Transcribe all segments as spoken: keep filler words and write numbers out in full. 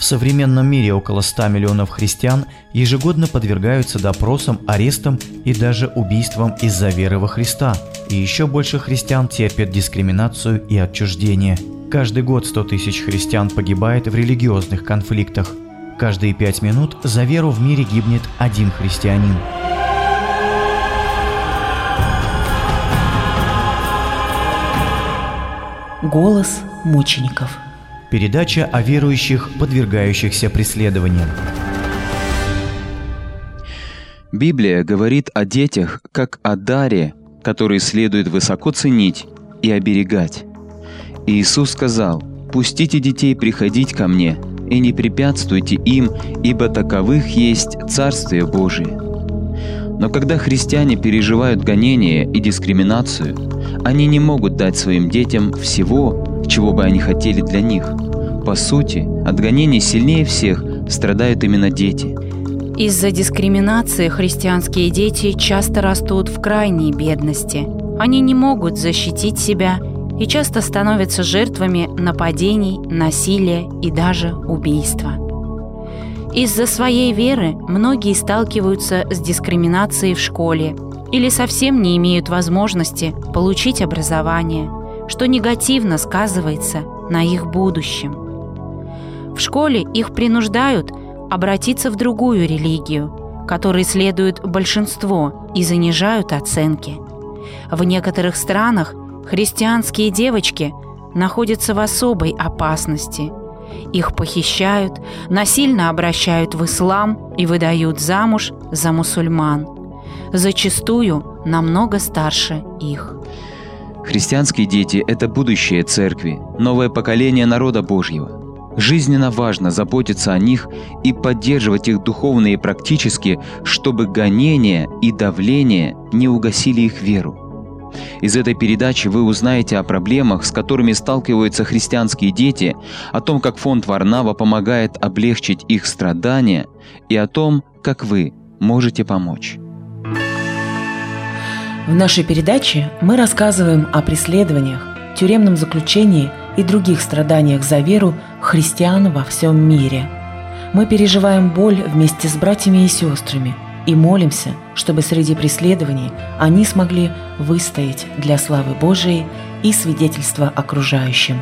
современном мире около ста миллионов христиан ежегодно подвергаются допросам, арестам и даже убийствам из-за веры во Христа. И еще больше христиан терпят дискриминацию и отчуждение. Каждый год сто тысяч христиан погибает в религиозных конфликтах. Каждые пять минут за веру в мире гибнет один христианин. Голос мучеников. Передача о верующих, подвергающихся преследованиям. Библия говорит о детях как о даре, который следует высоко ценить и оберегать. Иисус сказал: «Пустите детей приходить ко Мне, и не препятствуйте им, ибо таковых есть Царствие Божие». Но когда христиане переживают гонения и дискриминацию, они не могут дать своим детям всего, чего бы они хотели для них. По сути, от гонений сильнее всех страдают именно дети. Из-за дискриминации христианские дети часто растут в крайней бедности. Они не могут защитить себя и часто становятся жертвами нападений, насилия и даже убийства. Из-за своей веры многие сталкиваются с дискриминацией в школе или совсем не имеют возможности получить образование, что негативно сказывается на их будущем. В школе их принуждают обратиться в другую религию, которой следует большинство, и занижают оценки. В некоторых странах христианские девочки находятся в особой опасности. Их похищают, насильно обращают в ислам и выдают замуж за мусульман, зачастую намного старше их. Христианские дети – это будущее церкви, новое поколение народа Божьего. Жизненно важно заботиться о них и поддерживать их духовно и практически, чтобы гонения и давление не угасили их веру. Из этой передачи вы узнаете о проблемах, с которыми сталкиваются христианские дети, о том, как фонд Варнава помогает облегчить их страдания, и о том, как вы можете помочь. В нашей передаче мы рассказываем о преследованиях, тюремном заключении и других страданиях за веру христиан во всем мире. Мы переживаем боль вместе с братьями и сестрами и молимся, чтобы среди преследований они смогли выстоять для славы Божией и свидетельства окружающим.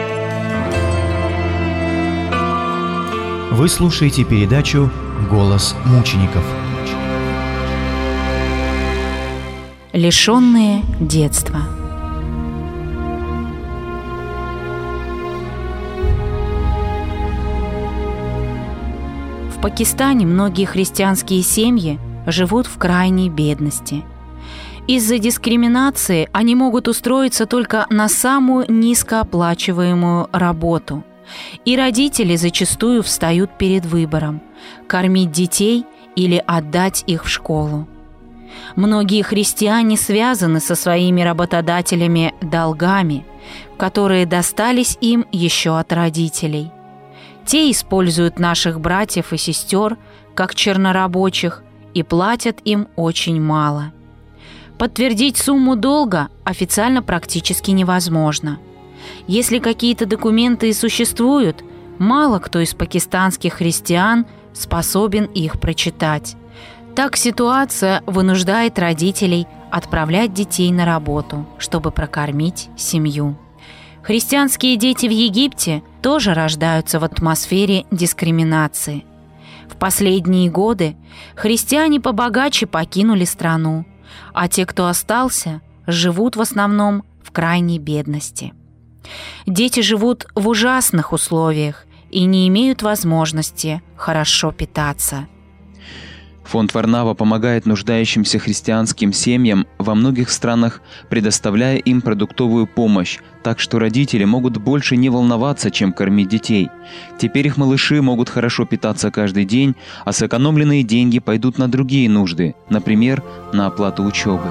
Вы слушаете передачу «Голос мучеников». Лишенные детства. В Пакистане многие христианские семьи живут в крайней бедности. Из-за дискриминации они могут устроиться только на самую низкооплачиваемую работу. И родители зачастую встают перед выбором – кормить детей или отдать их в школу. Многие христиане связаны со своими работодателями долгами, которые достались им еще от родителей. Те используют наших братьев и сестер как чернорабочих и платят им очень мало. Подтвердить сумму долга официально практически невозможно. Если какие-то документы и существуют, мало кто из пакистанских христиан способен их прочитать. Так ситуация вынуждает родителей отправлять детей на работу, чтобы прокормить семью. Христианские дети в Египте тоже рождаются в атмосфере дискриминации. В последние годы христиане побогаче покинули страну, а те, кто остался, живут в основном в крайней бедности. Дети живут в ужасных условиях и не имеют возможности хорошо питаться. Фонд Варнава помогает нуждающимся христианским семьям во многих странах, предоставляя им продуктовую помощь, так что родители могут больше не волноваться, чем кормить детей. Теперь их малыши могут хорошо питаться каждый день, а сэкономленные деньги пойдут на другие нужды, например, на оплату учебы.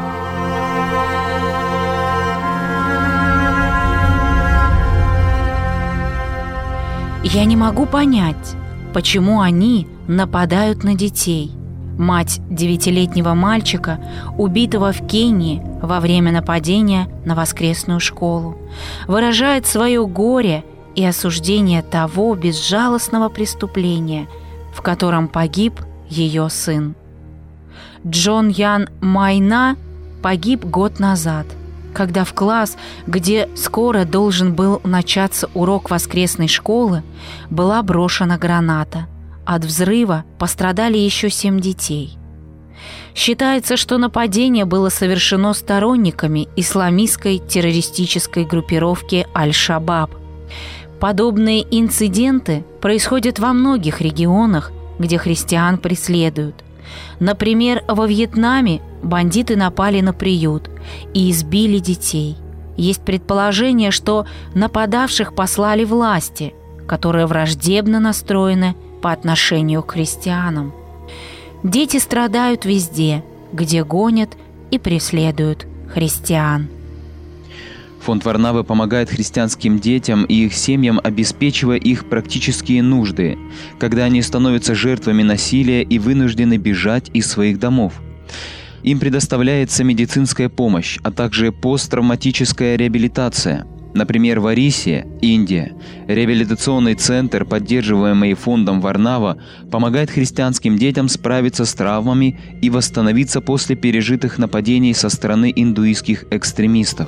Я не могу понять, почему они нападают на детей. Мать девятилетнего мальчика, убитого в Кении во время нападения на воскресную школу, выражает свое горе и осуждение того безжалостного преступления, в котором погиб ее сын. Джон Ян Майна погиб год назад, когда в класс, где скоро должен был начаться урок воскресной школы, была брошена граната. От взрыва пострадали еще семь детей. Считается, что нападение было совершено сторонниками исламистской террористической группировки Аль-Шабаб. Подобные инциденты происходят во многих регионах, где христиан преследуют. Например, во Вьетнаме бандиты напали на приют и избили детей. Есть предположение, что нападавших послали власти, которые враждебно настроены по отношению к христианам. Дети страдают везде, где гонят и преследуют христиан. Фонд Варнавы помогает христианским детям и их семьям, обеспечивая их практические нужды, когда они становятся жертвами насилия и вынуждены бежать из своих домов. Им предоставляется медицинская помощь, а также посттравматическая реабилитация. Например, в Орисе, Индия, реабилитационный центр, поддерживаемый фондом Варнава, помогает христианским детям справиться с травмами и восстановиться после пережитых нападений со стороны индуистских экстремистов.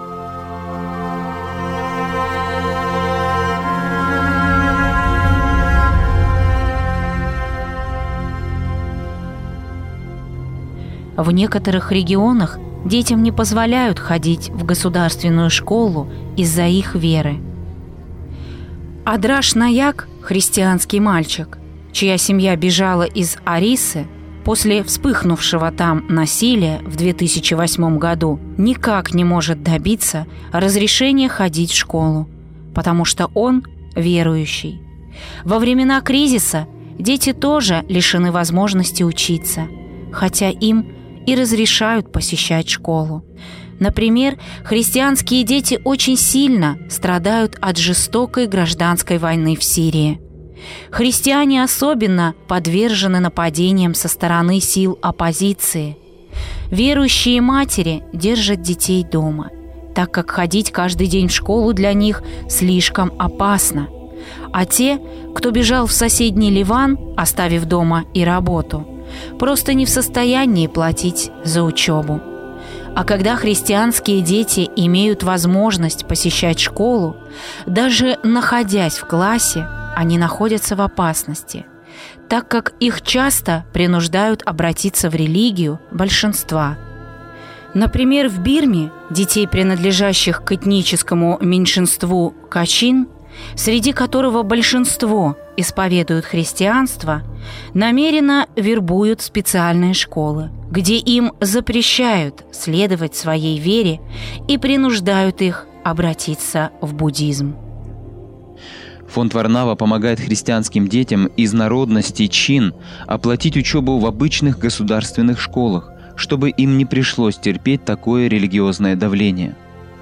В некоторых регионах детям не позволяют ходить в государственную школу из-за их веры. Адраш Наяк, христианский мальчик, чья семья бежала из Орисы после вспыхнувшего там насилия в две тысячи восьмом году, никак не может добиться разрешения ходить в школу, потому что он верующий. Во времена кризиса дети тоже лишены возможности учиться, хотя им и разрешают посещать школу. Например, христианские дети очень сильно страдают от жестокой гражданской войны в Сирии. Христиане особенно подвержены нападениям со стороны сил оппозиции. Верующие матери держат детей дома, так как ходить каждый день в школу для них слишком опасно. А те, кто бежал в соседний Ливан, оставив дома и работу, просто не в состоянии платить за учебу. А когда христианские дети имеют возможность посещать школу, даже находясь в классе, они находятся в опасности, так как их часто принуждают обратиться в религию большинства. Например, в Бирме детей, принадлежащих к этническому меньшинству Качин, среди которого большинство исповедуют христианство, намеренно вербуют специальные школы, где им запрещают следовать своей вере и принуждают их обратиться в буддизм. Фонд Варнава помогает христианским детям из народности чин оплатить учебу в обычных государственных школах, чтобы им не пришлось терпеть такое религиозное давление.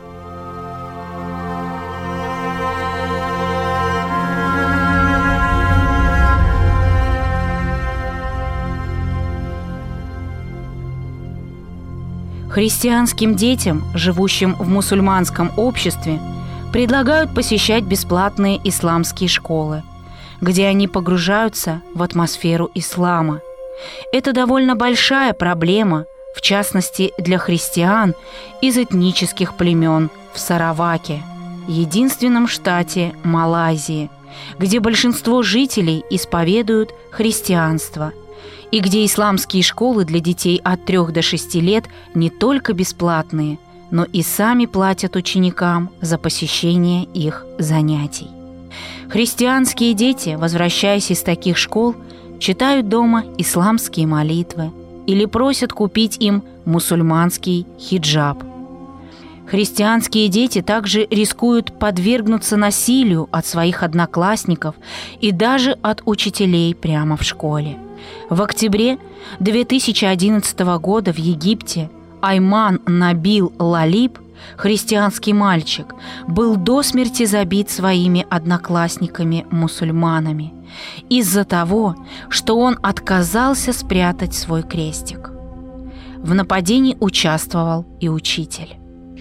Христианским детям, живущим в мусульманском обществе, предлагают посещать бесплатные исламские школы, где они погружаются в атмосферу ислама. Это довольно большая проблема, в частности для христиан из этнических племен в Сараваке, единственном штате Малайзии, где большинство жителей исповедуют христианство, и где исламские школы для детей от трёх до шести лет не только бесплатные, но и сами платят ученикам за посещение их занятий. Христианские дети, возвращаясь из таких школ, читают дома исламские молитвы или просят купить им мусульманский хиджаб. Христианские дети также рискуют подвергнуться насилию от своих одноклассников и даже от учителей прямо в школе. В октябре две тысячи одиннадцатого года в Египте Айман Набил Лалиб, христианский мальчик, был до смерти забит своими одноклассниками-мусульманами из-за того, что он отказался спрятать свой крестик. В нападении участвовал и учитель.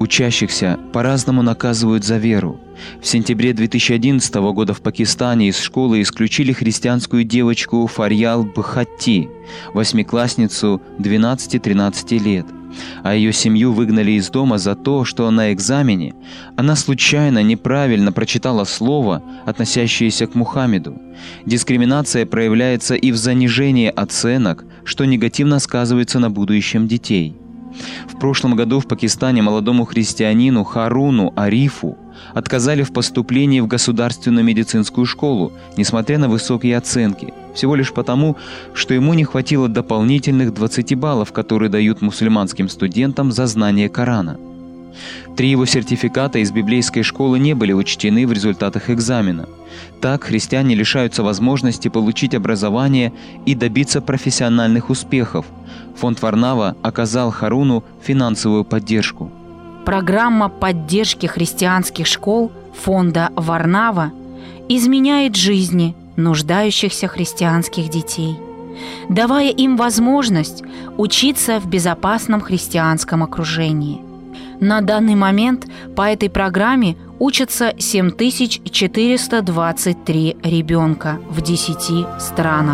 учащихся по-разному наказывают за веру. В сентябре две тысячи одиннадцатого года в Пакистане из школы исключили христианскую девочку Фарьял Бхатти, восьмиклассницу двенадцати-тринадцати лет, а ее семью выгнали из дома за то, что на экзамене она случайно неправильно прочитала слово, относящееся к Мухаммеду. Дискриминация проявляется и в занижении оценок, что негативно сказывается на будущем детей. В прошлом году в Пакистане молодому христианину Харуну Арифу отказали в поступлении в государственную медицинскую школу, несмотря на высокие оценки, всего лишь потому, что ему не хватило дополнительных двадцати баллов, которые дают мусульманским студентам за знание Корана. Три его сертификата из библейской школы не были учтены в результатах экзамена. Так христиане лишаются возможности получить образование и добиться профессиональных успехов. Фонд Варнава оказал Харуну финансовую поддержку. Программа поддержки христианских школ фонда Варнава изменяет жизни нуждающихся христианских детей, давая им возможность учиться в безопасном христианском окружении. На данный момент по этой программе учатся семь тысяч четыреста двадцать три ребенка в десяти странах.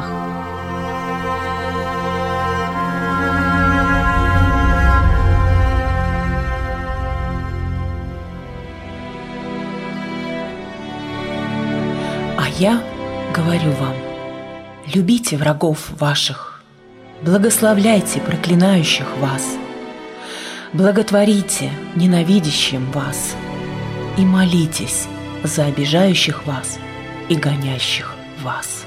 А я говорю вам, любите врагов ваших, благословляйте проклинающих вас, благотворите ненавидящим вас и молитесь за обижающих вас и гонящих вас.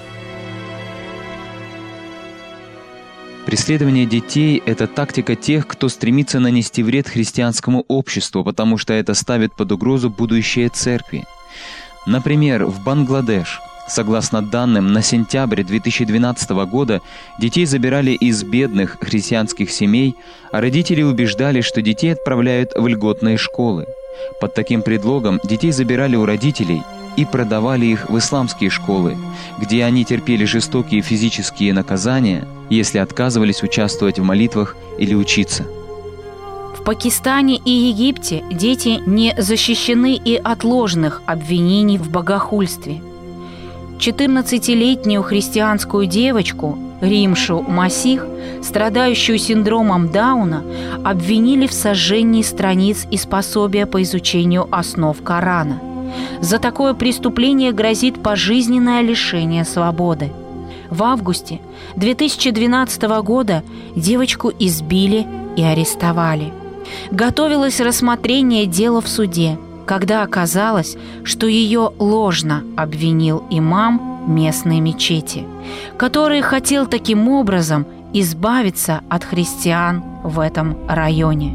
Преследование детей – это тактика тех, кто стремится нанести вред христианскому обществу, потому что это ставит под угрозу будущее церкви. Например, в Бангладеш, согласно данным, на сентябрь две тысячи двенадцатого года детей забирали из бедных христианских семей, а родители убеждали, что детей отправляют в льготные школы. Под таким предлогом детей забирали у родителей и продавали их в исламские школы, где они терпели жестокие физические наказания, если отказывались участвовать в молитвах или учиться. В Пакистане и Египте дети не защищены и от ложных обвинений в богохульстве. четырнадцатилетнюю христианскую девочку Римшу Масих, страдающую синдромом Дауна, обвинили в сожжении страниц из пособия по изучению основ Корана. За такое преступление грозит пожизненное лишение свободы. В августе две тысячи двенадцатого года девочку избили и арестовали. Готовилось рассмотрение дела в суде, когда оказалось, что ее ложно обвинил имам местной мечети, который хотел таким образом избавиться от христиан в этом районе.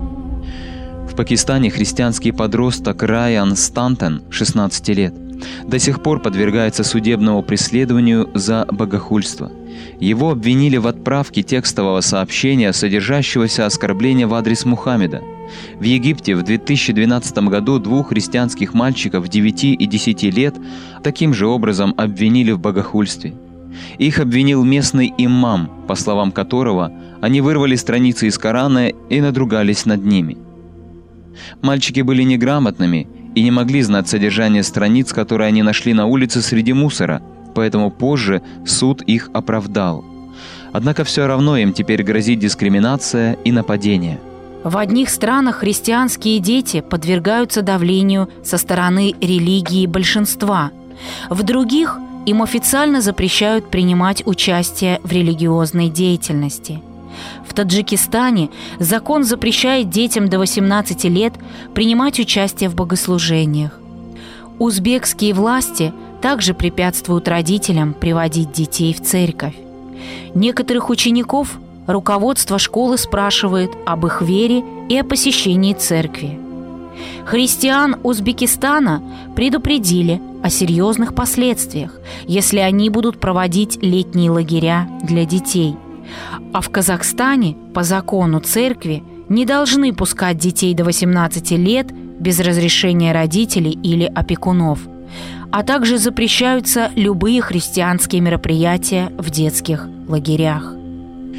В Пакистане христианский подросток Райан Стантон, шестнадцати лет, до сих пор подвергается судебному преследованию за богохульство. Его обвинили в отправке текстового сообщения, содержащегося оскорбления в адрес Мухаммеда. В Египте в две тысячи двенадцатом году двух христианских мальчиков девяти и десяти лет таким же образом обвинили в богохульстве. Их обвинил местный имам, по словам которого они вырвали страницы из Корана и надругались над ними. Мальчики были неграмотными и не могли знать содержание страниц, которые они нашли на улице среди мусора, поэтому позже суд их оправдал. Однако все равно им теперь грозит дискриминация и нападение. В одних странах христианские дети подвергаются давлению со стороны религии большинства. В других им официально запрещают принимать участие в религиозной деятельности. В Таджикистане закон запрещает детям до восемнадцати лет принимать участие в богослужениях. Узбекские власти также препятствуют родителям приводить детей в церковь. Некоторых учеников руководство школы спрашивает об их вере и о посещении церкви. Христиан Узбекистана предупредили о серьезных последствиях, если они будут проводить летние лагеря для детей. А в Казахстане по закону церкви не должны пускать детей до восемнадцати лет без разрешения родителей или опекунов, а также запрещаются любые христианские мероприятия в детских лагерях.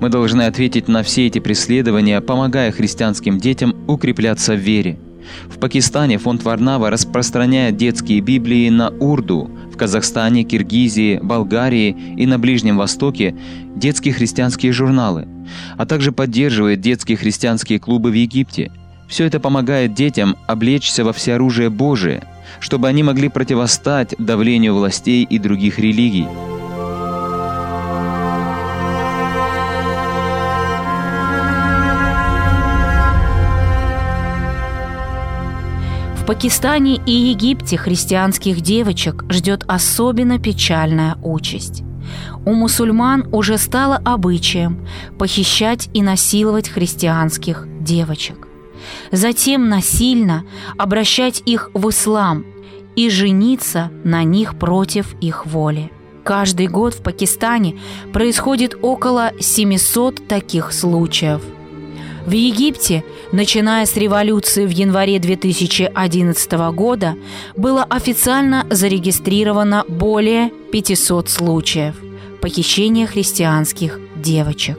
Мы должны ответить на все эти преследования, помогая христианским детям укрепляться в вере. В Пакистане фонд Варнава распространяет детские Библии на урду, в Казахстане, Киргизии, Болгарии и на Ближнем Востоке детские христианские журналы, а также поддерживает детские христианские клубы в Египте. Все это помогает детям облечься во всеоружие Божие, чтобы они могли противостать давлению властей и других религий. В Пакистане и Египте христианских девочек ждет особенно печальная участь. У мусульман уже стало обычаем похищать и насиловать христианских девочек. Затем насильно обращать их в ислам и жениться на них против их воли. Каждый год в Пакистане происходит около семисот таких случаев. В Египте, начиная с революции в январе две тысячи одиннадцатого года, было официально зарегистрировано более пятисот случаев похищения христианских девочек.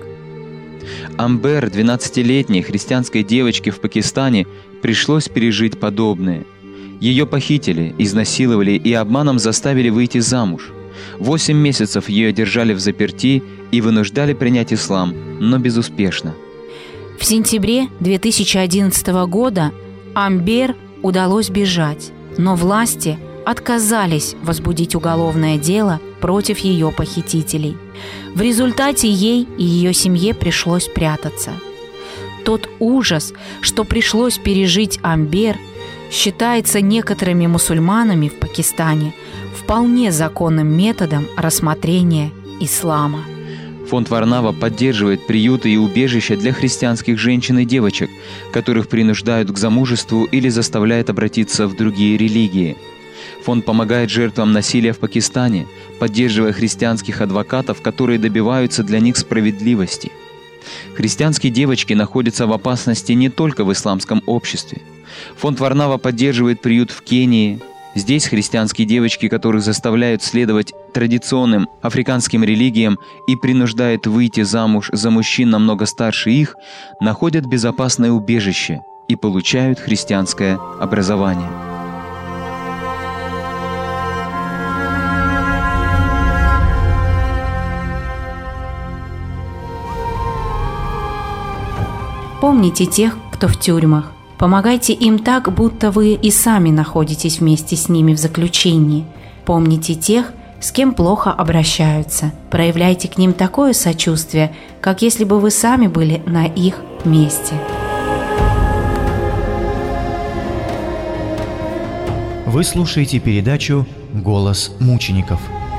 Амбер, двенадцатилетней христианской девочке в Пакистане, пришлось пережить подобное. Ее похитили, изнасиловали и обманом заставили выйти замуж. Восемь месяцев ее держали взаперти и вынуждали принять ислам, но безуспешно. В сентябре две тысячи одиннадцатого года Амбер удалось бежать, но власти отказались возбудить уголовное дело против ее похитителей. В результате ей и ее семье пришлось прятаться. Тот ужас, что пришлось пережить Амбер, считается некоторыми мусульманами в Пакистане вполне законным методом рассмотрения ислама. Фонд Варнава поддерживает приюты и убежища для христианских женщин и девочек, которых принуждают к замужеству или заставляют обратиться в другие религии. Фонд помогает жертвам насилия в Пакистане, поддерживая христианских адвокатов, которые добиваются для них справедливости. Христианские девочки находятся в опасности не только в исламском обществе. Фонд Варнава поддерживает приют в Кении. Здесь христианские девочки, которых заставляют следовать традиционным африканским религиям и принуждают выйти замуж за мужчин намного старше их, находят безопасное убежище и получают христианское образование. Помните тех, кто в тюрьмах. Помогайте им так, будто вы и сами находитесь вместе с ними в заключении. Помните тех, с кем плохо обращаются. Проявляйте к ним такое сочувствие, как если бы вы сами были на их месте. Вы слушаете передачу «Голос мучеников».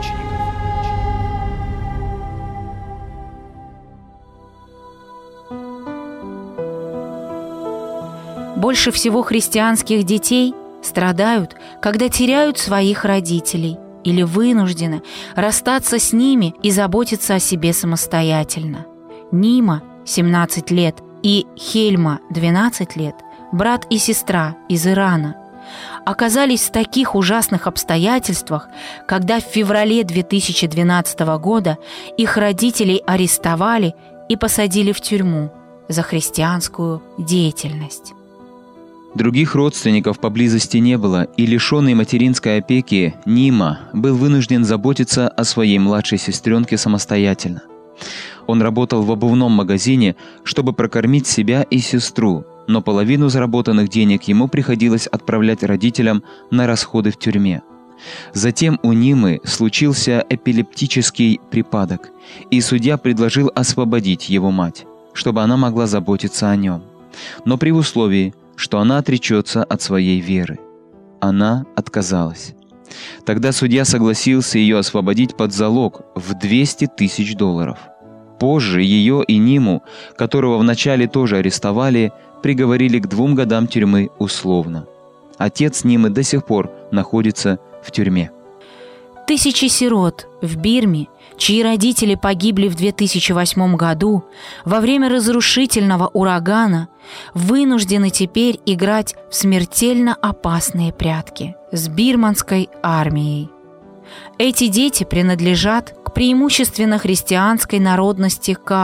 Больше всего христианских детей страдают, когда теряют своих родителей или вынуждены расстаться с ними и заботиться о себе самостоятельно. Нима, семнадцать лет, и Хельма, двенадцать лет, брат и сестра из Ирана, оказались в таких ужасных обстоятельствах, когда в феврале две тысячи двенадцатого года их родителей арестовали и посадили в тюрьму за христианскую деятельность. Других родственников поблизости не было, и лишенный материнской опеки Нима был вынужден заботиться о своей младшей сестренке самостоятельно. Он работал в обувном магазине, чтобы прокормить себя и сестру, но половину заработанных денег ему приходилось отправлять родителям на расходы в тюрьме. Затем у Нимы случился эпилептический припадок, и судья предложил освободить его мать, чтобы она могла заботиться о нем, но при условии, что она отречется от своей веры. Она отказалась. Тогда судья согласился ее освободить под залог в двести тысяч долларов. Позже ее и Ниму, которого вначале тоже арестовали, приговорили к двум годам тюрьмы условно. Отец Нимы до сих пор находится в тюрьме. Тысячи сирот в Бирме, чьи родители погибли в две тысячи восьмом году во время разрушительного урагана, вынуждены теперь играть в смертельно опасные прятки с бирманской армией. Эти дети принадлежат к преимущественно христианской народности Карен,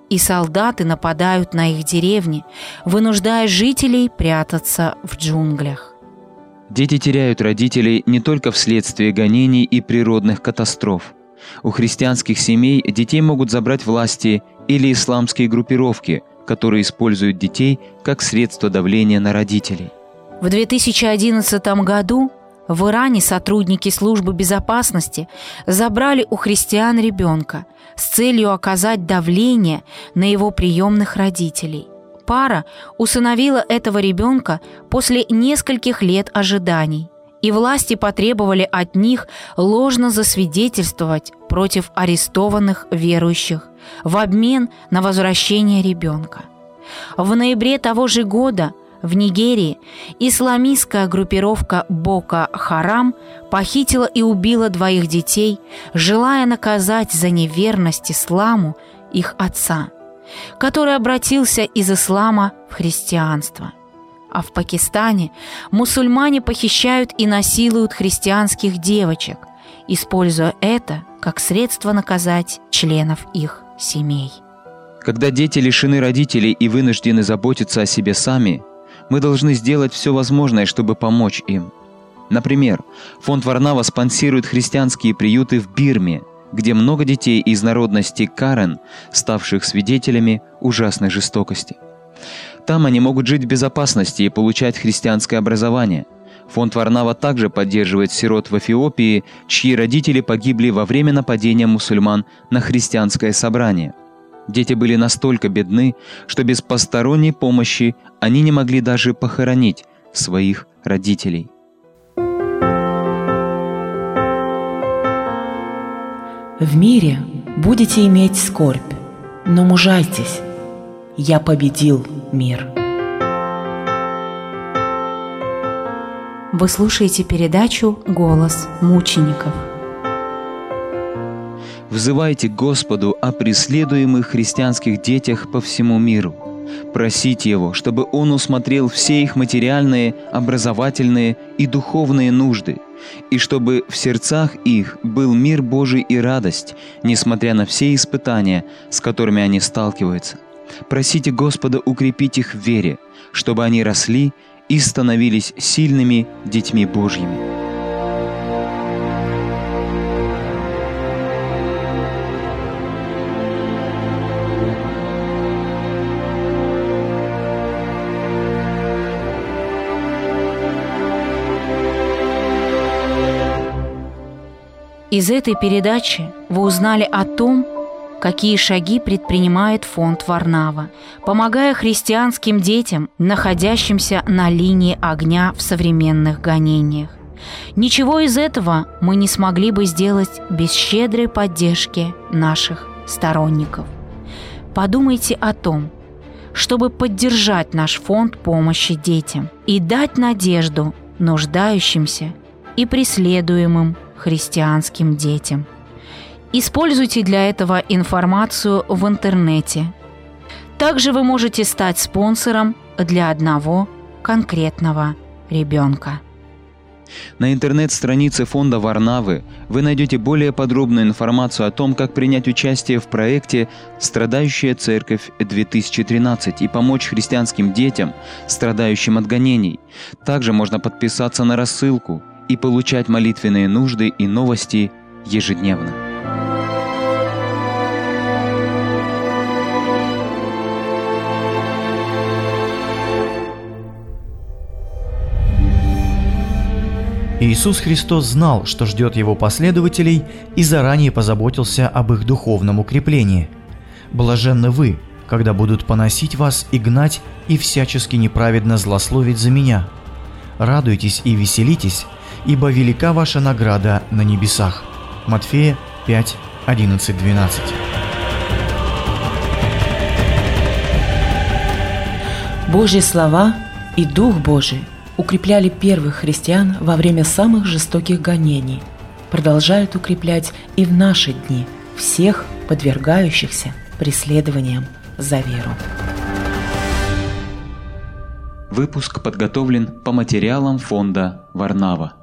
и солдаты нападают на их деревни, вынуждая жителей прятаться в джунглях. Дети теряют родителей не только вследствие гонений и природных катастроф. У христианских семей детей могут забрать власти или исламские группировки, которые используют детей как средство давления на родителей. В две тысячи одиннадцатом году в Иране сотрудники службы безопасности забрали у христиан ребенка с целью оказать давление на его приемных родителей. Пара усыновила этого ребенка после нескольких лет ожиданий, и власти потребовали от них ложно засвидетельствовать против арестованных верующих в обмен на возвращение ребенка. В ноябре того же года в Нигерии исламистская группировка Боко-Харам похитила и убила двоих детей, желая наказать за неверность исламу их отца, который обратился из ислама в христианство. А в Пакистане мусульмане похищают и насилуют христианских девочек, используя это как средство наказать членов их семей. Когда дети лишены родителей и вынуждены заботиться о себе сами, мы должны сделать все возможное, чтобы помочь им. Например, фонд Варнава спонсирует христианские приюты в Бирме, где много детей из народности Карен, ставших свидетелями ужасной жестокости. Там они могут жить в безопасности и получать христианское образование. Фонд Варнава также поддерживает сирот в Эфиопии, чьи родители погибли во время нападения мусульман на христианское собрание. Дети были настолько бедны, что без посторонней помощи они не могли даже похоронить своих родителей. В мире будете иметь скорбь, но мужайтесь, я победил мир. Вы слушаете передачу «Голос мучеников». Взывайте к Господу о преследуемых христианских детях по всему миру. Просите Его, чтобы Он усмотрел все их материальные, образовательные и духовные нужды, и чтобы в сердцах их был мир Божий и радость, несмотря на все испытания, с которыми они сталкиваются. Просите Господа укрепить их в вере, чтобы они росли и становились сильными детьми Божьими. Из этой передачи вы узнали о том, какие шаги предпринимает фонд Варнава, помогая христианским детям, находящимся на линии огня в современных гонениях. Ничего из этого мы не смогли бы сделать без щедрой поддержки наших сторонников. Подумайте о том, чтобы поддержать наш фонд помощи детям и дать надежду нуждающимся и преследуемым христианским детям. Используйте для этого информацию в интернете. Также вы можете стать спонсором для одного конкретного ребенка. На интернет-странице фонда Варнавы вы найдете более подробную информацию о том, как принять участие в проекте «Страдающая церковь-две тысячи тринадцать» и помочь христианским детям, страдающим от гонений. Также можно подписаться на рассылку и получать молитвенные нужды и новости ежедневно. Иисус Христос знал, что ждет Его последователей, и заранее позаботился об их духовном укреплении. «Блаженны вы, когда будут поносить вас и гнать, и всячески неправедно злословить за Меня. Радуйтесь и веселитесь, ибо велика ваша награда на небесах». Матфея пять, одиннадцать, двенадцать. Божьи слова и Дух Божий укрепляли первых христиан во время самых жестоких гонений, продолжают укреплять и в наши дни всех подвергающихся преследованиям за веру. Выпуск подготовлен по материалам фонда Варнава.